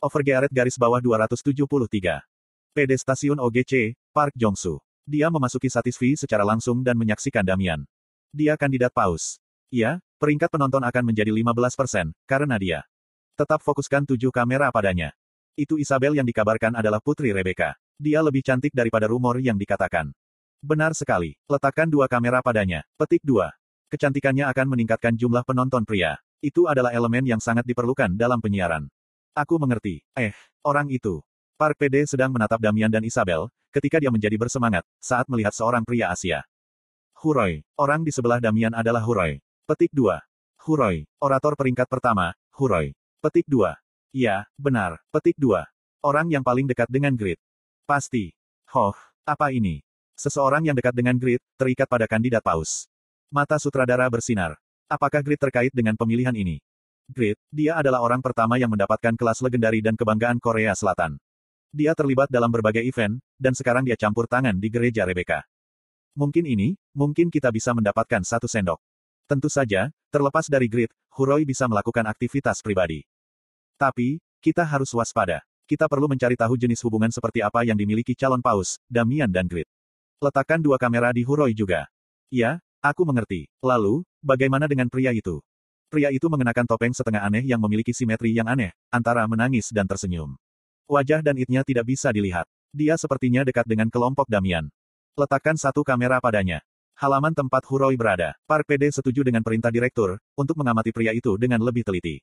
Overgearet garis bawah 273. PD Stasiun OGC, Park Jong-soo. Dia memasuki Satisvi secara langsung dan menyaksikan Damian. Dia kandidat paus. Iya, peringkat penonton akan menjadi 15%, karena dia tetap fokuskan 7 kamera padanya. Itu Isabel yang dikabarkan adalah putri Rebecca. Dia lebih cantik daripada rumor yang dikatakan. Benar sekali. Letakkan 2 kamera padanya. Petik 2. Kecantikannya akan meningkatkan jumlah penonton pria. Itu adalah elemen yang sangat diperlukan dalam penyiaran. Aku mengerti. Orang itu. Park PD sedang menatap Damian dan Isabel, ketika dia menjadi bersemangat, saat melihat seorang pria Asia. Huroy. Orang di sebelah Damian adalah Huroy. Petik 2. Huroy. Orator peringkat pertama, Huroy. Petik 2. Ya, benar. Petik 2. Orang yang paling dekat dengan Grid. Pasti. Apa ini? Seseorang yang dekat dengan Grid, terikat pada kandidat paus. Mata sutradara bersinar. Apakah Grid terkait dengan pemilihan ini? Grid, dia adalah orang pertama yang mendapatkan kelas legendari dan kebanggaan Korea Selatan. Dia terlibat dalam berbagai event, dan sekarang dia campur tangan di gereja Rebecca. Mungkin kita bisa mendapatkan 1 sendok. Tentu saja, terlepas dari Grid, Huroy bisa melakukan aktivitas pribadi. Tapi, kita harus waspada. Kita perlu mencari tahu jenis hubungan seperti apa yang dimiliki calon paus, Damian dan Grid. Letakkan 2 kamera di Huroy juga. Ya, aku mengerti. Lalu, bagaimana dengan pria itu? Pria itu mengenakan topeng setengah aneh yang memiliki simetri yang aneh, antara menangis dan tersenyum. Wajah dan itnya tidak bisa dilihat. Dia sepertinya dekat dengan kelompok Damian. Letakkan 1 kamera padanya. Halaman tempat Huroy berada. Park PD setuju dengan perintah direktur, untuk mengamati pria itu dengan lebih teliti.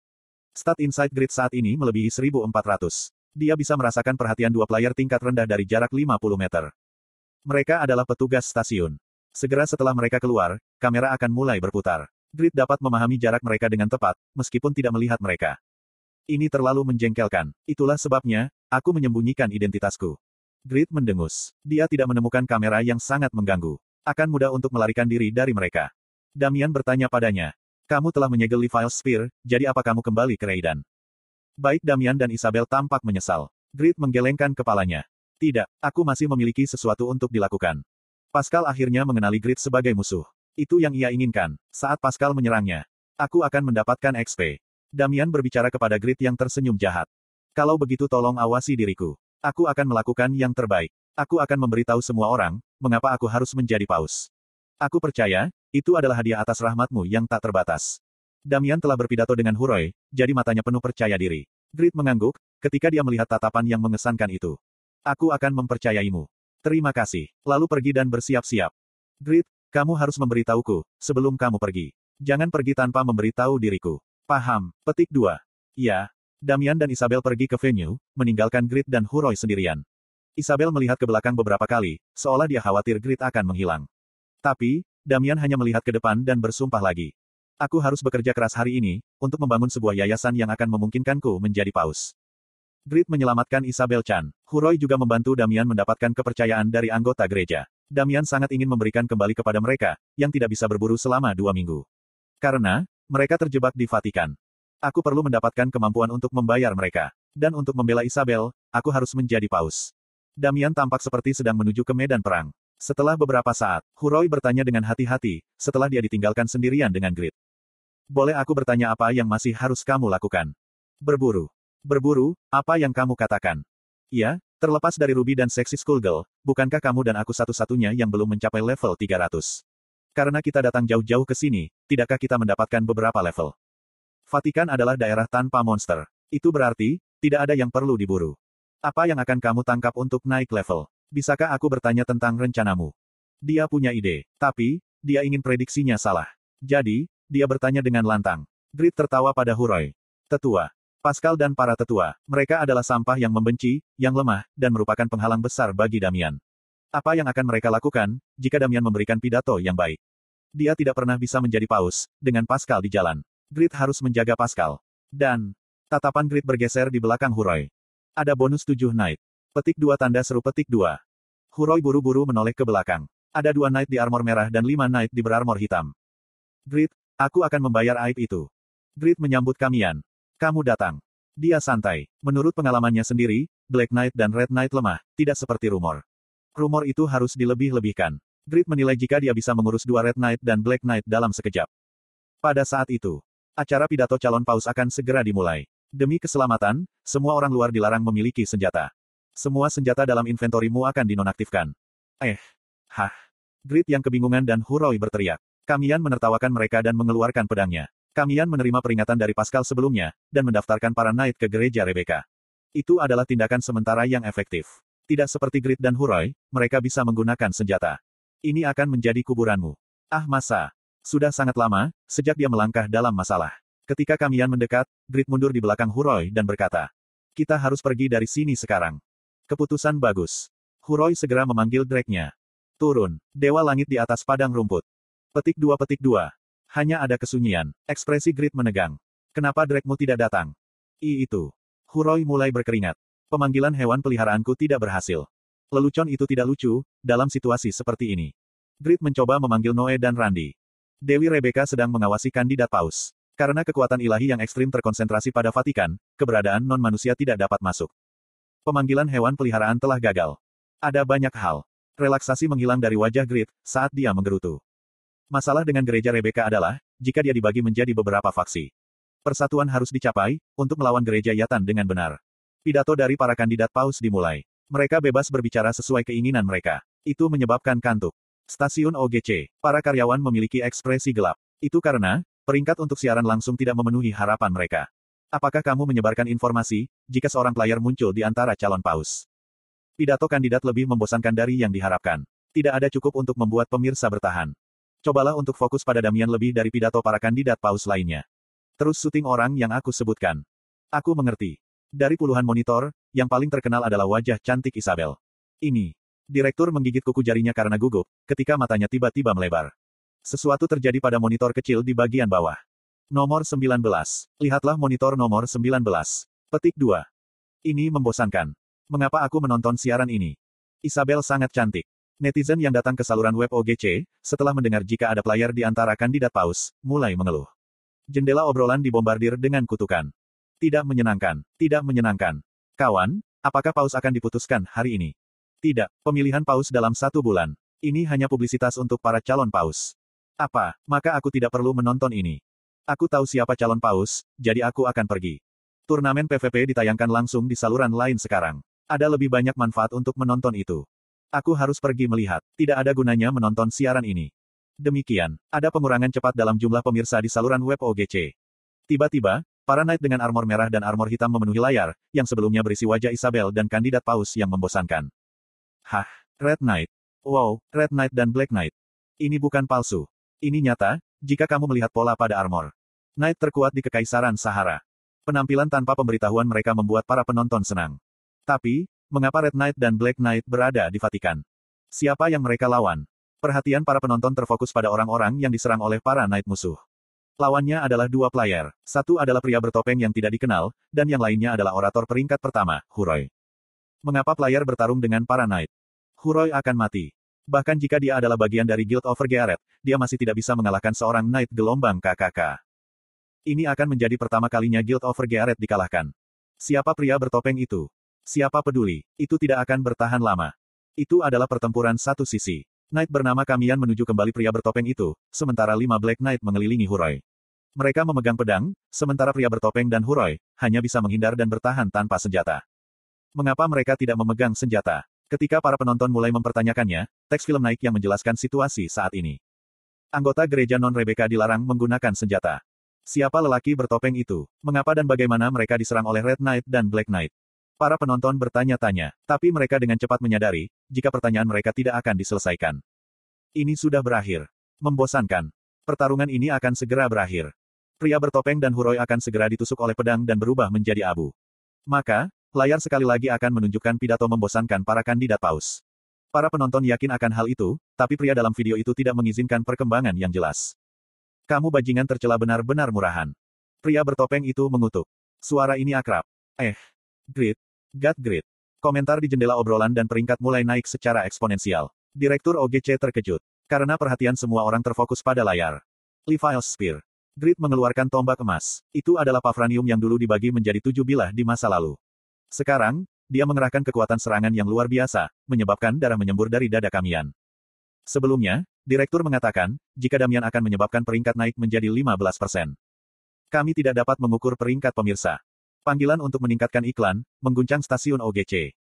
Stat Insight Grid saat ini melebihi 1400. Dia bisa merasakan perhatian 2 player tingkat rendah dari jarak 50 meter. Mereka adalah petugas stasiun. Segera setelah mereka keluar, kamera akan mulai berputar. Grid dapat memahami jarak mereka dengan tepat, meskipun tidak melihat mereka. Ini terlalu menjengkelkan. Itulah sebabnya, aku menyembunyikan identitasku. Grid mendengus. Dia tidak menemukan kamera yang sangat mengganggu. Akan mudah untuk melarikan diri dari mereka. Damian bertanya padanya. Kamu telah menyegel Levi's Spear, jadi apa kamu kembali ke Raidan? Baik Damian dan Isabel tampak menyesal. Grid menggelengkan kepalanya. Tidak, aku masih memiliki sesuatu untuk dilakukan. Pascal akhirnya mengenali Grid sebagai musuh. Itu yang ia inginkan. Saat Pascal menyerangnya, aku akan mendapatkan XP. Damian berbicara kepada Grid yang tersenyum jahat. Kalau begitu tolong awasi diriku. Aku akan melakukan yang terbaik. Aku akan memberitahu semua orang, mengapa aku harus menjadi paus. Aku percaya, itu adalah hadiah atas rahmatmu yang tak terbatas. Damian telah berpidato dengan Huroy, jadi matanya penuh percaya diri. Grid mengangguk, ketika dia melihat tatapan yang mengesankan itu. Aku akan mempercayaimu. Terima kasih. Lalu pergi dan bersiap-siap. Grid, kamu harus memberitahuku, sebelum kamu pergi. Jangan pergi tanpa memberitahu diriku. Paham. Petik 2. Ya. Damian dan Isabel pergi ke venue, meninggalkan Grid dan Huroy sendirian. Isabel melihat ke belakang beberapa kali, seolah dia khawatir Grid akan menghilang. Tapi, Damian hanya melihat ke depan dan bersumpah lagi. Aku harus bekerja keras hari ini, untuk membangun sebuah yayasan yang akan memungkinkanku menjadi paus. Grid menyelamatkan Isabel Chan. Huroy juga membantu Damian mendapatkan kepercayaan dari anggota gereja. Damian sangat ingin memberikan kembali kepada mereka, yang tidak bisa berburu selama 2 minggu. Karena, mereka terjebak di Vatikan. Aku perlu mendapatkan kemampuan untuk membayar mereka. Dan untuk membela Isabel, aku harus menjadi paus. Damian tampak seperti sedang menuju ke medan perang. Setelah beberapa saat, Huroy bertanya dengan hati-hati, setelah dia ditinggalkan sendirian dengan Grid. Boleh aku bertanya apa yang masih harus kamu lakukan? Berburu. Berburu, apa yang kamu katakan? Ya, terlepas dari Ruby dan Sexy Schoolgirl, bukankah kamu dan aku satu-satunya yang belum mencapai level 300? Karena kita datang jauh-jauh ke sini, tidakkah kita mendapatkan beberapa level? Vatikan adalah daerah tanpa monster. Itu berarti, tidak ada yang perlu diburu. Apa yang akan kamu tangkap untuk naik level? Bisakah aku bertanya tentang rencanamu? Dia punya ide, tapi, dia ingin prediksinya salah. Jadi, dia bertanya dengan lantang. Grid tertawa pada Huroy. Tetua. Pascal dan para tetua, mereka adalah sampah yang membenci, yang lemah, dan merupakan penghalang besar bagi Damian. Apa yang akan mereka lakukan, jika Damian memberikan pidato yang baik? Dia tidak pernah bisa menjadi paus, dengan Pascal di jalan. Grid harus menjaga Pascal. Dan, tatapan Grid bergeser di belakang Huroy. Ada bonus 7 knight. Petik 2 tanda seru petik 2. Huroy buru-buru menoleh ke belakang. Ada 2 knight di armor merah dan 5 knight di berarmor hitam. Grid, aku akan membayar aib itu. Grid menyambut Kamian. Kamu datang. Dia santai. Menurut pengalamannya sendiri, Black Knight dan Red Knight lemah, tidak seperti rumor. Rumor itu harus dilebih-lebihkan. Grid menilai jika dia bisa mengurus 2 Red Knight dan Black Knight dalam sekejap. Pada saat itu, acara pidato calon paus akan segera dimulai. Demi keselamatan, semua orang luar dilarang memiliki senjata. Semua senjata dalam inventorimu akan dinonaktifkan. Hah. Grid yang kebingungan dan Huroi berteriak. Kamian menertawakan mereka dan mengeluarkan pedangnya. Kamian menerima peringatan dari Pascal sebelumnya, dan mendaftarkan para Knight ke gereja Rebecca. Itu adalah tindakan sementara yang efektif. Tidak seperti Grid dan Huroi, mereka bisa menggunakan senjata. Ini akan menjadi kuburanmu. Masa. Sudah sangat lama, sejak dia melangkah dalam masalah. Ketika Kamian mendekat, Grid mundur di belakang Huroi dan berkata, "Kita harus pergi dari sini sekarang." Keputusan bagus. Huroi segera memanggil Drake-nya. Turun. Dewa langit di atas padang rumput. Petik 2. Hanya ada kesunyian. Ekspresi Grid menegang. Kenapa Drake-mu tidak datang? Itu. Huroi mulai berkeringat. Pemanggilan hewan peliharaanku tidak berhasil. Lelucon itu tidak lucu, dalam situasi seperti ini. Grid mencoba memanggil Noe dan Randy. Dewi Rebecca sedang mengawasi kandidat paus. Karena kekuatan ilahi yang ekstrim terkonsentrasi pada Vatikan, keberadaan non-manusia tidak dapat masuk. Pemanggilan hewan peliharaan telah gagal. Ada banyak hal. Relaksasi menghilang dari wajah Grid saat dia menggerutu. Masalah dengan gereja Rebecca adalah, jika dia dibagi menjadi beberapa faksi. Persatuan harus dicapai, untuk melawan gereja Yatan dengan benar. Pidato dari para kandidat paus dimulai. Mereka bebas berbicara sesuai keinginan mereka. Itu menyebabkan kantuk. Stasiun OGC. Para karyawan memiliki ekspresi gelap. Itu karena, peringkat untuk siaran langsung tidak memenuhi harapan mereka. Apakah kamu menyebarkan informasi, jika seorang player muncul di antara calon paus? Pidato kandidat lebih membosankan dari yang diharapkan. Tidak ada cukup untuk membuat pemirsa bertahan. Cobalah untuk fokus pada Damian lebih dari pidato para kandidat paus lainnya. Terus syuting orang yang aku sebutkan. Aku mengerti. Dari puluhan monitor, yang paling terkenal adalah wajah cantik Isabel. Ini. Direktur menggigit kuku jarinya karena gugup, ketika matanya tiba-tiba melebar. Sesuatu terjadi pada monitor kecil di bagian bawah. Nomor 19. Lihatlah monitor nomor 19. Petik 2. Ini membosankan. Mengapa aku menonton siaran ini? Isabel sangat cantik. Netizen yang datang ke saluran web OGC, setelah mendengar jika ada player di antara kandidat paus, mulai mengeluh. Jendela obrolan dibombardir dengan kutukan. Tidak menyenangkan. Tidak menyenangkan. Kawan, apakah paus akan diputuskan hari ini? Tidak. Pemilihan paus dalam 1 bulan. Ini hanya publisitas untuk para calon paus. Apa? Maka aku tidak perlu menonton ini. Aku tahu siapa calon paus, jadi aku akan pergi. Turnamen PvP ditayangkan langsung di saluran lain sekarang. Ada lebih banyak manfaat untuk menonton itu. Aku harus pergi melihat. Tidak ada gunanya menonton siaran ini. Demikian, ada pengurangan cepat dalam jumlah pemirsa di saluran web OGC. Tiba-tiba, para knight dengan armor merah dan armor hitam memenuhi layar, yang sebelumnya berisi wajah Isabel dan kandidat paus yang membosankan. Hah, Red Knight. Wow, Red Knight dan Black Knight. Ini bukan palsu. Ini nyata, jika kamu melihat pola pada armor. Knight terkuat di Kekaisaran Sahara. Penampilan tanpa pemberitahuan mereka membuat para penonton senang. Tapi, mengapa Red Knight dan Black Knight berada di Vatikan? Siapa yang mereka lawan? Perhatian para penonton terfokus pada orang-orang yang diserang oleh para Knight musuh. Lawannya adalah 2 player. Satu adalah pria bertopeng yang tidak dikenal, dan yang lainnya adalah orator peringkat pertama, Huroi. Mengapa player bertarung dengan para Knight? Huroi akan mati. Bahkan jika dia adalah bagian dari Guild of Gearet, dia masih tidak bisa mengalahkan seorang Knight gelombang KKK. Ini akan menjadi pertama kalinya Guild of Gearet dikalahkan. Siapa pria bertopeng itu? Siapa peduli? Itu tidak akan bertahan lama. Itu adalah pertempuran satu sisi. Knight bernama Kamian menuju kembali pria bertopeng itu, sementara 5 Black Knight mengelilingi Huroi. Mereka memegang pedang, sementara pria bertopeng dan Huroi hanya bisa menghindar dan bertahan tanpa senjata. Mengapa mereka tidak memegang senjata? Ketika para penonton mulai mempertanyakannya, teks film naik yang menjelaskan situasi saat ini. Anggota gereja non-Rebecca dilarang menggunakan senjata. Siapa lelaki bertopeng itu? Mengapa dan bagaimana mereka diserang oleh Red Knight dan Black Knight? Para penonton bertanya-tanya, tapi mereka dengan cepat menyadari, jika pertanyaan mereka tidak akan diselesaikan. Ini sudah berakhir. Membosankan. Pertarungan ini akan segera berakhir. Pria bertopeng dan Huroi akan segera ditusuk oleh pedang dan berubah menjadi abu. Maka, layar sekali lagi akan menunjukkan pidato membosankan para kandidat paus. Para penonton yakin akan hal itu, tapi pria dalam video itu tidak mengizinkan perkembangan yang jelas. Kamu bajingan tercela benar-benar murahan. Pria bertopeng itu mengutuk. Suara ini akrab. Grid. God Grid. Komentar di jendela obrolan dan peringkat mulai naik secara eksponensial. Direktur OGC terkejut. Karena perhatian semua orang terfokus pada layar. Levi's Spear. Grid mengeluarkan tombak emas. Itu adalah Pavranium yang dulu dibagi menjadi 7 bilah di masa lalu. Sekarang, dia mengerahkan kekuatan serangan yang luar biasa, menyebabkan darah menyembur dari dada Kamian. Sebelumnya, Direktur mengatakan, jika Damian akan menyebabkan peringkat naik menjadi 15%. Kami tidak dapat mengukur peringkat pemirsa. Panggilan untuk meningkatkan iklan, mengguncang stasiun OGC.